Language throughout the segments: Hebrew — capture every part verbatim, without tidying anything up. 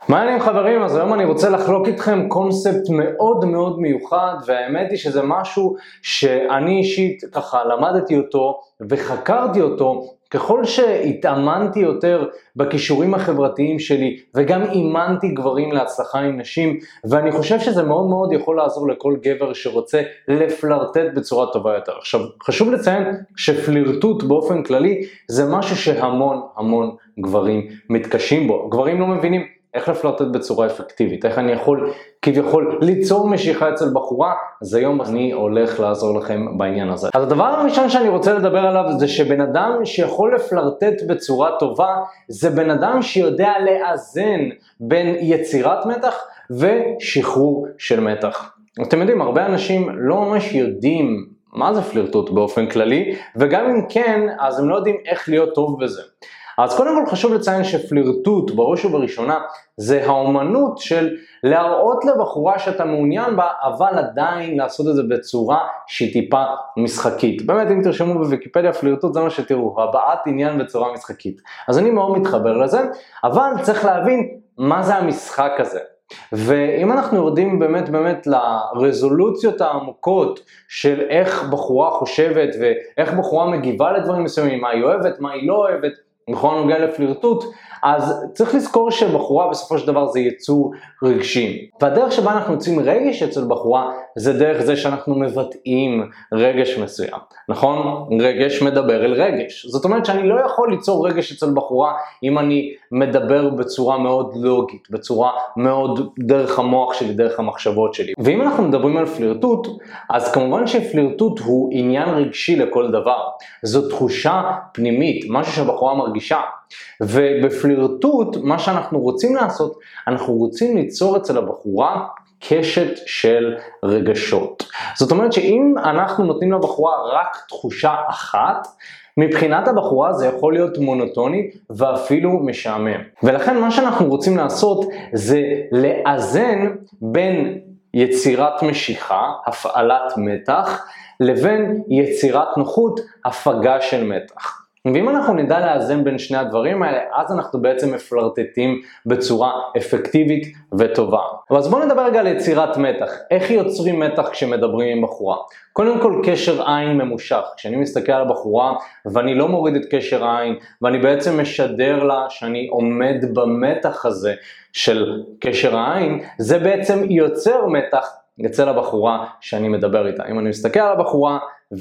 מה העניינים חברים? אז היום אני רוצה לחלוק איתכם קונספט מאוד מאוד מיוחד, והאמת היא שזה משהו שאני אישית ככה למדתי אותו וחקרתי אותו ככל שהתאמנתי יותר בכישורים החברתיים שלי וגם אימנתי גברים להצלחה עם נשים, ואני חושב שזה מאוד מאוד יכול לעזור לכל גבר שרוצה לפלרטט בצורה טובה יותר. עכשיו חשוב לציין שפלירטוט באופן כללי זה משהו שהמון המון גברים מתקשים בו. גברים לא מבינים איך לפלרטט בצורה אפקטיבית, איך אני יכול כביכול ליצור משיכה אצל בחורה, אז היום אני הולך לעזור לכם בעניין הזה. אז הדבר הראשון שאני רוצה לדבר עליו זה שבן אדם שיכול לפלרטט בצורה טובה, זה בן אדם שיודע לאזן בין יצירת מתח ושחרור של מתח. אתם יודעים, הרבה אנשים לא ממש יודעים מה זה פלירטוט באופן כללי, וגם אם כן, אז הם לא יודעים איך להיות טוב בזה. אז קודם כל חשוב לציין שפלירטוט בראש ובראשונה זה האומנות של להראות לבחורה שאתה מעוניין בה, אבל עדיין לעשות את זה בצורה שהיא טיפה משחקית. באמת אם תרשמו בוויקיפדיה פלירטוט זה מה שתראו, הבעת עניין בצורה משחקית. אז אני מאוד מתחבר לזה, אבל צריך להבין מה זה המשחק הזה. ואם אנחנו יורדים באמת באמת לרזולוציות העמוקות של איך בחורה חושבת ואיך בחורה מגיבה לדברים מסוימים, מה היא אוהבת, מה היא לא אוהבת, בכל הנוגע לפלירטוט, אז צריך לזכור שבחורה בסופו של דבר זה יצור רגשי. והדרך שבה אנחנו יוצאים רגש אצל בחורה, זה דרך זה שאנחנו מבטאים רגש מסוים. נכון? רגש מדבר אל רגש. זאת אומרת שאני לא יכול ליצור רגש אצל בחורה אם אני מדבר בצורה מאוד לוגית, בצורה מאוד דרך המוח שלי, דרך המחשבות שלי. ואם אנחנו מדברים על פלירטוט, אז כמובן שפלירטוט הוא עניין רגשי לכל דבר. זו תחושה פנימית, משהו שבחורה מרגישה. ובפלירטוט, מה שאנחנו רוצים לעשות, אנחנו רוצים ליצור אצל הבחורה קשת של רגשות. זאת אומרת שאם אנחנו נותנים לבחורה רק תחושה אחת, מבחינת הבחורה זה יכול להיות מונוטוני ואפילו משעמם. ולכן מה שאנחנו רוצים לעשות זה לאזן בין יצירת משיכה, הפעלת מתח, לבין יצירת נוחות, הפגה של מתח. ואם אנחנו נדע לאזן בין שני הדברים האלה, אז אנחנו בעצם מפלרטטים בצורה אפקטיבית וטובה. אז בואו נדבר רגע על יצירת מתח. איך יוצרים מתח כשמדברים עם בחורה? קודם כל קשר עין ממושך. כשאני מסתכל על הבחורה ואני לא מוריד את קשר העין, ואני בעצם משדר לה שאני עומד במתח הזה של קשר העין, זה בעצם יוצר מתח אצל הבחורה שאני מדבר איתה. אם אני מסתכל על הבחורה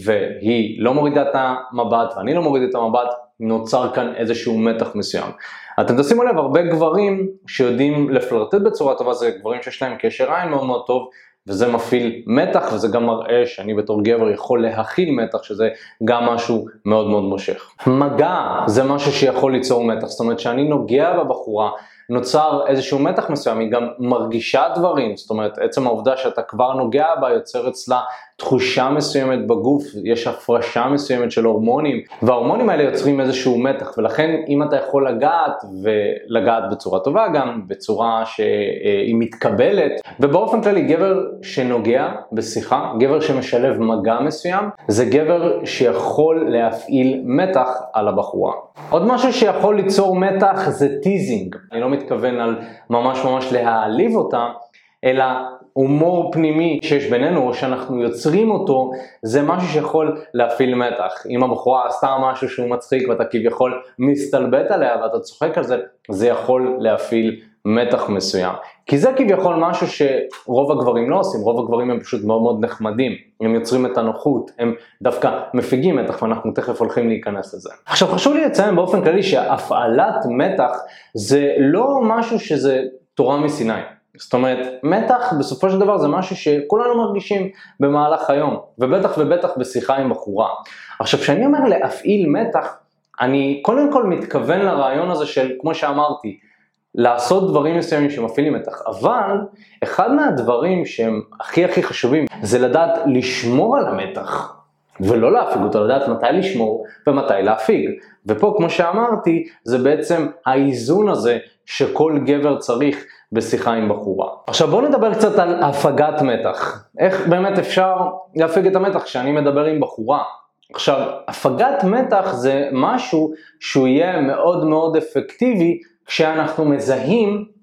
והיא לא מורידה את המבט ואני לא מוריד את המבט, נוצר כאן איזשהו מתח מסוים. אתם תשימו לב, הרבה גברים שיודעים לפלרטט בצורה טובה זה גברים שיש להם קשר עין מאוד מאוד טוב, וזה מפעיל מתח, וזה גם מראה שאני בתור גבר יכול להכיל מתח, שזה גם משהו מאוד מאוד מושך. מגע זה משהו שיכול ליצור מתח, זאת אומרת שאני נוגע בבחורה, נוצר איזשהו מתח מסוים, היא גם מרגישה דברים, זאת אומרת עצם העובדה שאתה כבר נוגע בה יוצר אצלה תחושה מסוימת בגוף, יש הפרשה מסוימת של הורמונים, וההורמונים האלה יוצרים איזשהו מתח, ולכן אם אתה יכול לגעת, ולגעת בצורה טובה גם, בצורה שהיא מתקבלת, ובאופן כללי גבר שנוגע בשיחה, גבר שמשלב מגע מסוים, זה גבר שיכול להפעיל מתח על הבחורה. עוד משהו שיכול ליצור מתח זה טיזינג, אני לא מתכוון על ממש ממש להעליב אותה, אלא הומור פנימי שיש בינינו, או שאנחנו יוצרים אותו, זה משהו שיכול להפעיל מתח. אם הבחורה עשתה משהו שהוא מצחיק ואתה כביכול מסתלבט עליה ואתה צוחק על זה, זה יכול להפעיל מתח מסוים. כי זה כביכול משהו שרוב הגברים לא עושים, רוב הגברים הם פשוט מאוד מאוד נחמדים, הם יוצרים את הנוחות, הם דווקא מפיגים מתח ואנחנו תכף הולכים להיכנס לזה. עכשיו חשוב לי לציין באופן כללי שהפעלת מתח זה לא משהו שזה תורה מסיני. זאת אומרת, מתח בסופו של דבר זה משהו שכולנו מרגישים במהלך היום, ובטח ובטח בשיחה עם בחורה. עכשיו, כשאני אומר להפעיל מתח, אני קודם כל מתכוון לרעיון הזה של, כמו שאמרתי, לעשות דברים מסוימים שמפעילים מתח, אבל אחד מהדברים שהם הכי הכי חשובים זה לדעת לשמור על המתח, ולא להפיג אותו, לדעת מתי לשמור ומתי להפיג. ופה, כמו שאמרתי, זה בעצם האיזון הזה שכל גבר צריך בשיחה עם בחורה. עכשיו בואו נדבר קצת על הפגת מתח. איך באמת אפשר להפיג את המתח כשאני מדבר עם בחורה? עכשיו, הפגת מתח זה משהו שהוא יהיה מאוד מאוד אפקטיבי כשאנחנו מזהים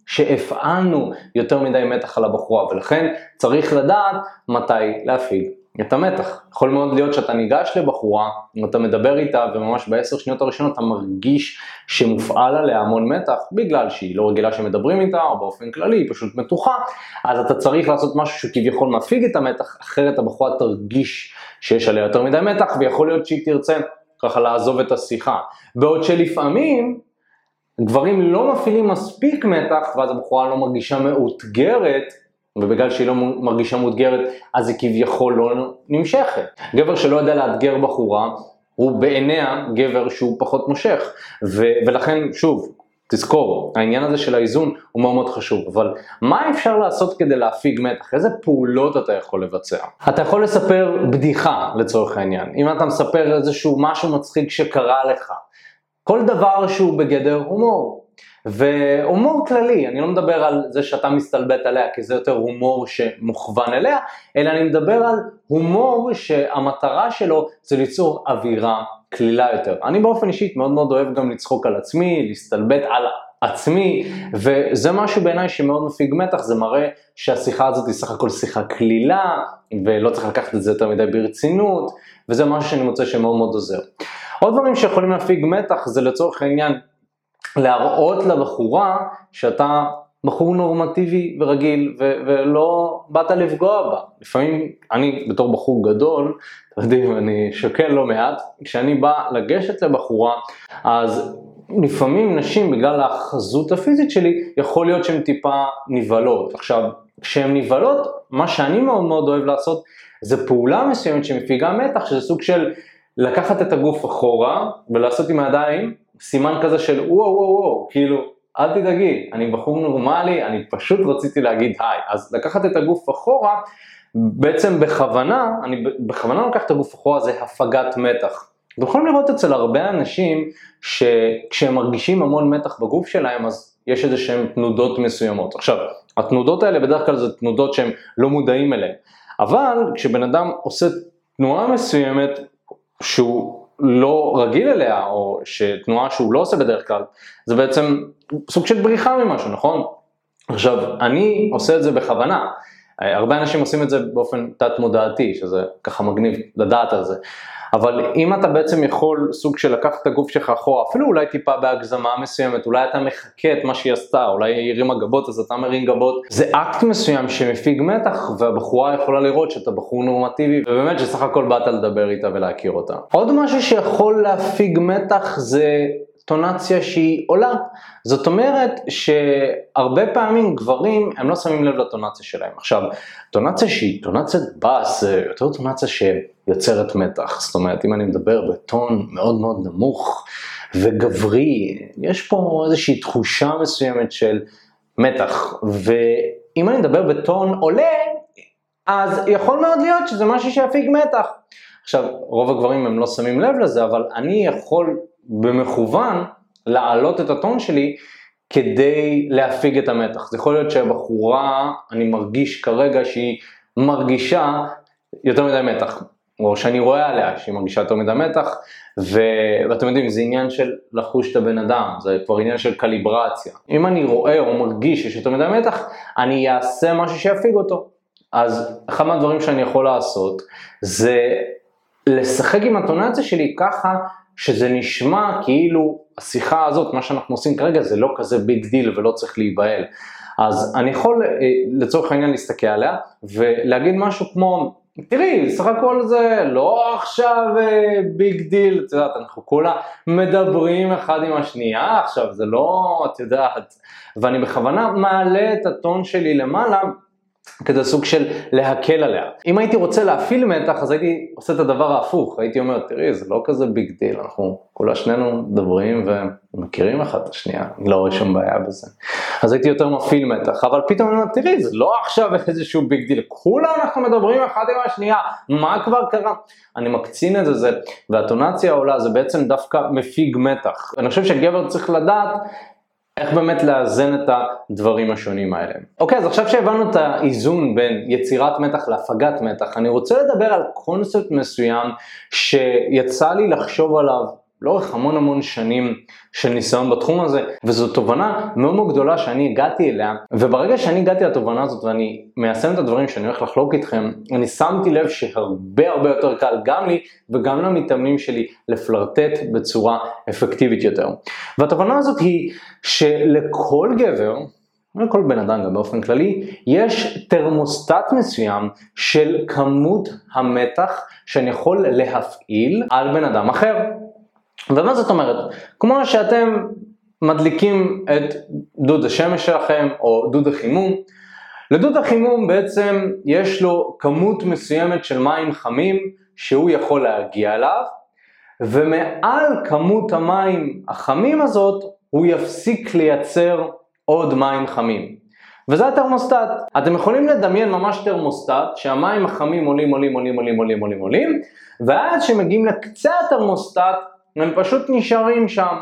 שהפעלנו יותר מדי מתח על הבחורה, ולכן צריך לדעת מתי להפעיל את המתח. יכול מאוד להיות שאתה ניגש לבחורה, ואתה מדבר איתה, וממש בעשר שניות הראשונות אתה מרגיש שמופעל עליה המון מתח, בגלל שהיא לא רגילה שמדברים איתה, או באופן כללי, היא פשוט מתוחה, אז אתה צריך לעשות משהו שכביכול מפיג את המתח, אחרת הבחורה תרגיש שיש עליה יותר מדי מתח, ויכול להיות שהיא תרצה ככה לעזוב את השיחה. בעוד שלפעמים, גברים לא מפעילים מספיק מתח, ואז הבחורה לא מרגישה מאותגרת, ובגלל שהיא לא מרגישה מאותגרת, אז היא כביכול לא נמשכת. גבר שלא יודע לאתגר בחורה, הוא בעיניה גבר שהוא פחות מושך, ו- ולכן שוב, תזכור, העניין הזה של האיזון הוא מאוד מאוד חשוב, אבל מה אפשר לעשות כדי להפיג מתח? איזה פעולות אתה יכול לבצע? אתה יכול לספר בדיחה לצורך העניין, אם אתה מספר איזשהו משהו מצחיק שקרה לך, כל דבר שהוא בגדר הומור, והומור כללי, אני לא מדבר על זה שאתה מסתלבט עליה, כי זה יותר הומור שמוכוון אליה, אלא אני מדבר על הומור שהמטרה שלו זה ליצור אווירה כלילה יותר. אני באופן אישית מאוד מאוד אוהב גם לצחוק על עצמי, להסתלבט על עצמי, וזה משהו בעיניי שמאוד מפיג מתח, זה מראה שהשיחה הזאת היא סך הכל שיחה כלילה, ולא צריך לקחת את זה יותר מדי ברצינות, וזה משהו שאני מוצא שמאוד מאוד עוזר. עוד דברים שיכולים להפיג מתח זה לצורך העניין, להראות לבחורה שאתה בחור נורמטיבי ורגיל ו- ולא באת לפגוע בה. לפעמים אני בתור בחור גדול, אתם יודעים, אני שוקל לא מעט, כשאני בא לגשת לבחורה, אז לפעמים נשים בגלל החזות הפיזית שלי, יכול להיות שהן טיפה נבלות. עכשיו, כשהן נבלות, מה שאני מאוד מאוד אוהב לעשות, זה פעולה מסוימת שמפיגה מתח, שזה סוג של לקחת את הגוף אחורה ולעשות עם הידיים, סימן כזה של וואו וואו וואו, כאילו, אל תדאגי, אני בחור נורמלי, אני פשוט רציתי להגיד היי. אז לקחת את הגוף אחורה, בעצם בכוונה, אני בכוונה לקחת את הגוף אחורה, זה הפגת מתח. אתם יכולים לראות אצל הרבה אנשים, שכשהם מרגישים המון מתח בגוף שלהם, אז יש איזה שהן תנודות מסוימות. עכשיו, התנודות האלה בדרך כלל זה תנודות שהם לא מודעים אליהן. אבל כשבן אדם עושה תנועה מסוימת, שהוא לא רגיל אליה, או שתנועה שהוא לא עושה בדרך כלל, זה בעצם סוג של בריחה ממשהו, נכון? עכשיו, אני עושה את זה בכוונה, הרבה אנשים עושים את זה באופן תת מודעתי, שזה ככה מגניב לדעת על זה, אבל אם אתה בעצם יכול סוג של לקחת את הגוף שלך אחורה, אפילו אולי טיפה בהגזמה מסוימת, אולי אתה מחכה את מה שהיא עשתה, אולי היא הרימה גבות, אז אתה מרים גבות, זה אקט מסוים שמפיג מתח, והבחורה יכולה לראות שאתה בחור נורמטיבי, ובאמת שסך הכל באת לדבר איתה ולהכיר אותה. עוד משהו שיכול להפיג מתח זה טונציה שהיא עולה. זאת אומרת שהרבה פעמים גברים הם לא שמים לב לטונציה שלהם. עכשיו, טונציה שהיא טונציית בס, זה יותר טונציה שיוצרת מתח. זאת אומרת, אם אני מדבר בטון מאוד מאוד נמוך וגברי, יש פה איזושהי תחושה מסוימת של מתח. ואם אני מדבר בטון עולה, אז יכול מאוד להיות שזה משהו שיפיג מתח. עכשיו, רוב הגברים הם לא שמים לב לזה, אבל אני יכול במכוון להעלות את הטון שלי כדי להפיג את המתח. זה יכול להיות שהבחורה, אני מרגיש כרגע שהיא מרגישה יותר מדי מתח, או שאני רואה עליה שהיא מרגישה יותר מדי מתח, ו... ואתם יודעים, זה עניין של לחוש את הבן אדם, זה כבר עניין של קליברציה. אם אני רואה או מרגיש שיש יותר מדי מתח, אני אעשה משהו שיפיג אותו. אז אחד מהדברים שאני יכול לעשות, זה לשחק עם הטונציה שלי ככה, שזה נשמע כאילו השיחה הזאת, מה שאנחנו עושים כרגע, זה לא כזה ביג דיל ולא צריך להיבהל. אז אני יכול לצורך העניין להסתכל עליה, ולהגיד משהו כמו, תראי, סך הכל זה לא עכשיו ביג דיל, את יודעת, אנחנו כולה מדברים אחד עם השנייה, עכשיו זה לא, את יודעת, ואני בכוונה מעלה את הטון שלי למעלה, כזה סוג של להקל עליה. אם הייתי רוצה להפעיל מתח, אז הייתי עושה את הדבר ההפוך, הייתי אומר, תראי, זה לא כזה ביג דיל, אנחנו כולה שנינו מדברים ומכירים אחד את השנייה, אני לא רואה שום בעיה בזה. אז הייתי יותר מפעיל מתח, אבל פתאום אני אומר, תראי, זה לא עכשיו איזשהו ביג דיל, כולה אנחנו מדברים אחד עם השנייה, מה כבר קרה? אני מקצין את זה, והטונציה העולה, זה בעצם דווקא מפיג מתח. אני חושב שגבר צריך לדעת, איך באמת לאזן את הדברים השונים האלה. אוקיי, אז עכשיו שהבנו את האיזון בין יצירת מתח להפגת מתח, אני רוצה לדבר על קונספט מסוים שיצא לי לחשוב עליו לאורך המון המון שנים של ניסיון בתחום הזה, וזו תובנה מאוד מאוד גדולה שאני הגעתי אליה, וברגע שאני הגעתי לתובנה הזאת ואני מיישם את הדברים שאני הולך לחלוק איתכם, אני שמתי לב שהרבה הרבה יותר קל גם לי וגם למתאמנים שלי לפלרטט בצורה אפקטיבית יותר. והתובנה הזאת היא שלכל גבר, לכל בן אדם גם באופן כללי, יש תרמוסטט מסוים של כמות המתח שאני יכול להפעיל על בן אדם אחר. ומה זאת אומרת? כמו שאתם מדליקים את דוד השמש שלכם או דוד החימום, לדוד החימום בעצם יש לו כמות מסוימת של מים חמים שהוא יכול להגיע אליו, ומעל כמות המים החמים הזאת הוא יפסיק לייצר עוד מים חמים. וזה התרמוסטט. אתם יכולים לדמיין ממש תרמוסטט שהמים החמים עולים עולים עולים עולים עולים עולים עולים, ואז שמגיעים לקצה התרמוסטט הם פשוט נשארים שם,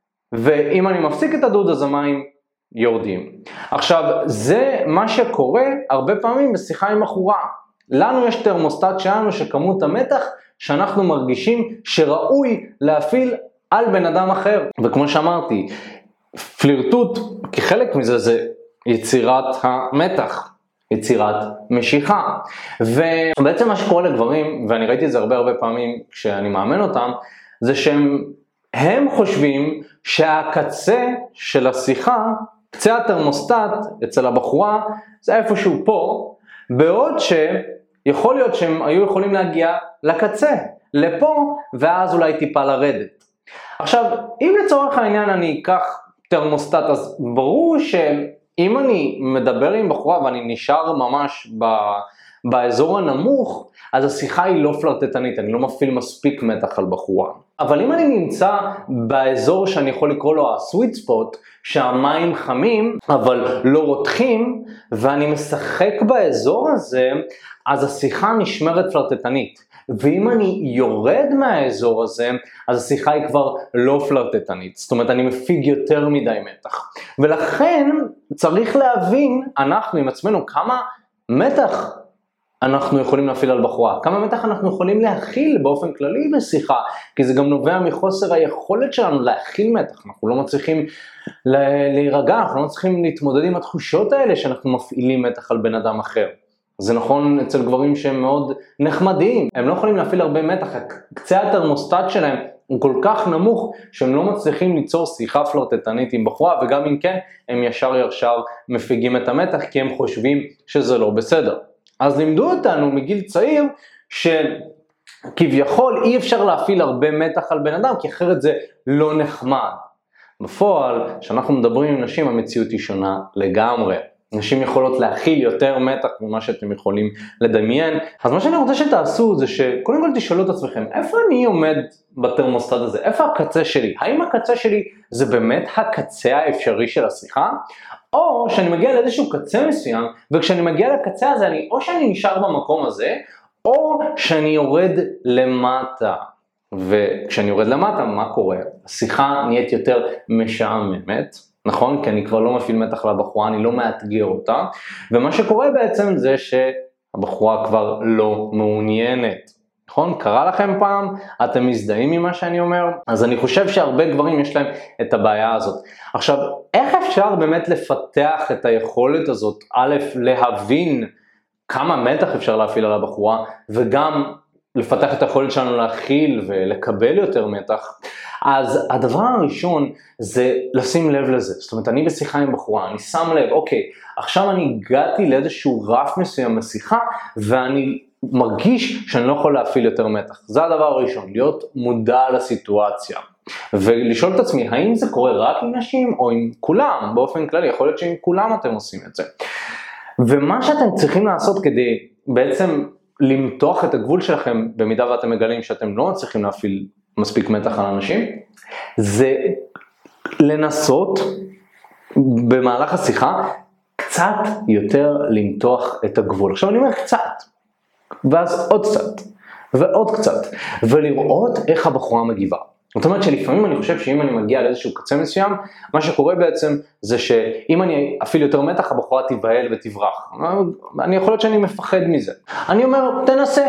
ואם אני מפסיק את הדוד אז המים יורדים. עכשיו זה מה שקורה הרבה פעמים בשיחה עם בחורה. לנו יש תרמוסטט שלנו שכמות המתח שאנחנו מרגישים שראוי להפעיל על בן אדם אחר, וכמו שאמרתי, פלירטוט כחלק מזה זה יצירת המתח, יצירת משיכה. ובעצם מה שקורה לגברים, ואני ראיתי את זה הרבה הרבה פעמים כשאני מאמן אותם, זה שהם הם חושבים שהקצה של השיחה, קצה התרמוסטט אצל הבחורה, זה איפשהו פה, בעוד שיכול להיות שהם היו יכולים להגיע לקצה, לפה, ואז אולי טיפה לרדת. עכשיו, אם לצורך העניין אני אקח תרמוסטט, אז ברור שאם אני מדבר עם בחורה ואני נשאר ממש ב... באזור הנמוך, אז השיחה היא לא פלרטטנית, אני לא מפעיל מספיק מתח על בחורה. אבל אם אני נמצא באזור שאני יכול לקרוא לו הסוויט ספוט, שהמים חמים אבל לא רותחים, ואני משחק באזור הזה, אז השיחה נשמרת פלרטטנית. ואם אני יורד מהאזור הזה, אז השיחה היא כבר לא פלרטטנית. זאת אומרת, אני מפיג יותר מדי מתח. ולכן צריך להבין, אנחנו עם עצמנו, כמה מתח אנחנו יכולים להפעיל על בחורה, כמה מתח אנחנו יכולים להכיל באופן כללי בשיחה, כי זה גם נובע מחוסר היכולת שלנו להכיל מתח, אנחנו לא מצליחים להירגע, אנחנו לא מצליחים להתמודד עם התחושות האלה שאנחנו מפעילים מתח על בן אדם אחר. זה נכון אצל גברים שהם מאוד נחמדים, הם לא יכולים להפעיל הרבה מתח, קצה התרמוסטט שלהם הוא כל כך נמוך שהם לא מצליחים ליצור שיחה פלרטטנית עם בחורה, וגם אם כן, הם ישר ישר מפיגים את המתח כי הם חושבים שזה לא בסדר. אז לימדו אותנו מגיל צעיר שכביכול אי אפשר להפעיל הרבה מתח על בן אדם, כי אחרת זה לא נחמד. בפועל, כשאנחנו מדברים עם נשים, המציאות היא שונה לגמרי. נשים יכולות להכיל יותר מתח ממה שאתם יכולים לדמיין. אז מה שאני רוצה שתעשו זה שקודם כל תשאלו את עצמכם, איפה אני עומד בתרמוסטט הזה? איפה הקצה שלי? האם הקצה שלי זה באמת הקצה האפשרי של השיחה? או שאני מגיע לאיזשהו קצה מסוים, וכשאני מגיע לקצה הזה, אני, או שאני נשאר במקום הזה, או שאני יורד למטה. וכשאני יורד למטה, מה קורה? השיחה נהיית יותר משעממת, נכון? כי אני כבר לא מפעיל מתח לבחורה, אני לא מאתגר אותה, ומה שקורה בעצם זה שהבחורה כבר לא מעוניינת. נכון? קרה לכם פעם? אתם מזדהים ממה שאני אומר? אז אני חושב שהרבה גברים יש להם את הבעיה הזאת. עכשיו, איך אפשר באמת לפתח את היכולת הזאת? א', להבין כמה מתח אפשר להפעיל על הבחורה, וגם לפתח את היכולת שלנו להכיל ולקבל יותר מתח. אז הדבר הראשון זה לשים לב לזה. זאת אומרת, אני בשיחה עם בחורה, אני שם לב, אוקיי, עכשיו אני הגעתי לאיזשהו רף מסוים בשיחה, ואני מרגיש שאני לא יכול להפעיל יותר מתח. זה הדבר הראשון, להיות מודע לסיטואציה. ולשאול את עצמי, האם זה קורה רק עם נשים או עם כולם? באופן כללי, יכול להיות שעם כולם אתם עושים את זה. ומה שאתם צריכים לעשות כדי בעצם למתוח את הגבול שלכם, במידה ואתם מגלים שאתם לא צריכים להפעיל מספיק מתח על אנשים, זה לנסות במהלך השיחה קצת יותר למתוח את הגבול. עכשיו אני אומר קצת, ואז עוד קצת, ועוד קצת, ולראות איך הבחורה מגיבה. זאת אומרת שלפעמים אני חושב שאם אני מגיע לאיזשהו קצה מסוים, מה שקורה בעצם זה שאם אני אפעיל יותר מתח, הבחורה תיבהל ותברח. אני יכול להיות שאני מפחד מזה. אני אומר, תנסה.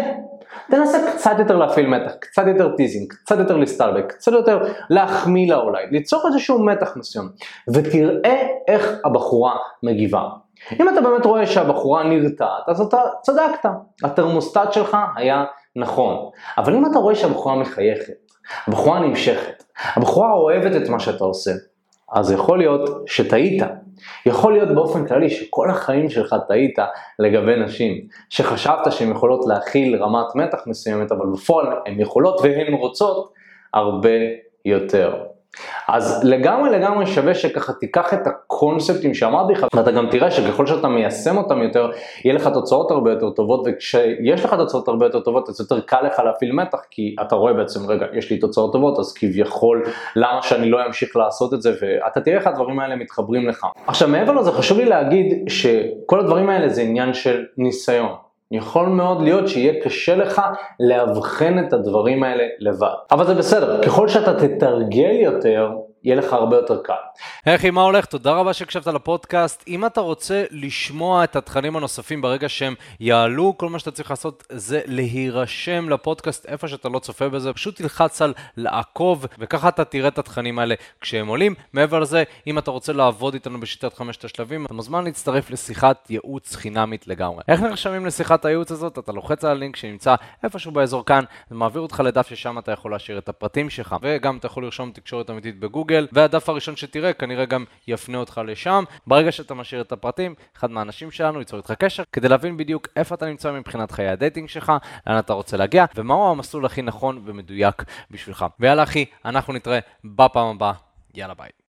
תנסה קצת יותר להפעיל מתח, קצת יותר טיזינג, קצת יותר להסתלבק, קצת יותר להחמיא לה אולי, ליצור איזשהו מתח מסוים, ותראה איך הבחורה מגיבה. אם אתה באמת רואה שהבחורה נרתעת, אז אתה צדקת, התרמוסטט שלך היה נכון. אבל אם אתה רואה שהבחורה מחייכת, הבחורה נמשכת, הבחורה אוהבת את מה שאתה עושה, אז יכול להיות שטעית. יכול להיות באופן כללי שכל החיים שלך טעית לגבי נשים, שחשבת שהן יכולות להכיל רמת מתח מסוימת, אבל בפועל הן יכולות והן רוצות הרבה יותר. אז לגמרי לגמרי שווה שככה תיקח את הקונספטים שאמרתי לך, ואתה גם תראה שככל שאתה מיישם אותם יותר, יהיה לך תוצאות הרבה יותר טובות, וכשיש לך תוצאות הרבה יותר טובות, אז יותר קל לך להפעיל מתח, כי אתה רואה בעצם, רגע, יש לי תוצאות טובות, אז כביכול, למה שאני לא אמשיך לעשות את זה, ואתה תראה איך הדברים האלה מתחברים לך. עכשיו, מעבר לזה, חשוב לי להגיד שכל הדברים האלה זה עניין של ניסיון. יכול מאוד להיות שיהיה קשה לך להבחן את הדברים האלה לבד. אבל זה בסדר, ככל שאתה תתרגל יותר, יהיה לך הרבה יותר קל. היי אחי, מה הולך? תודה רבה שהקשבת לפודקאסט. אם אתה רוצה לשמוע את התכנים הנוספים ברגע שהם יעלו, כל מה שאתה צריך לעשות זה להירשם לפודקאסט איפה שאתה לא צופה בזה. פשוט תלחץ על לעקוב, וככה אתה תראה את התכנים האלה כשהם עולים. מעבר לזה, אם אתה רוצה לעבוד איתנו בשיטת חמשת השלבים, אתה מוזמן להצטרף לשיחת ייעוץ חינמית לגמרי. איך נרשמים לשיחת הייעוץ הזאת? אתה לוחץ על הלינק שנמצא איפשהו באזור כאן, זה מעביר אותך לדף ששם אתה יכול להשאיר את הפרטים שלך, וגם אתה יכול לרשום תקשורת אמיתית בגוגל, והדף הראשון שתראה כנראה גם יפנה אותך לשם. ברגע שאתה משאיר את הפרטים, אחד מהאנשים שלנו ייצור איתך קשר, כדי להבין בדיוק איפה אתה נמצא מבחינת חיי הדייטינג שלך, לאן אתה רוצה להגיע, ומהו המסלול הכי נכון ומדויק בשבילך. ויאללה אחי, אנחנו נתראה בפעם הבאה. יאללה ביי.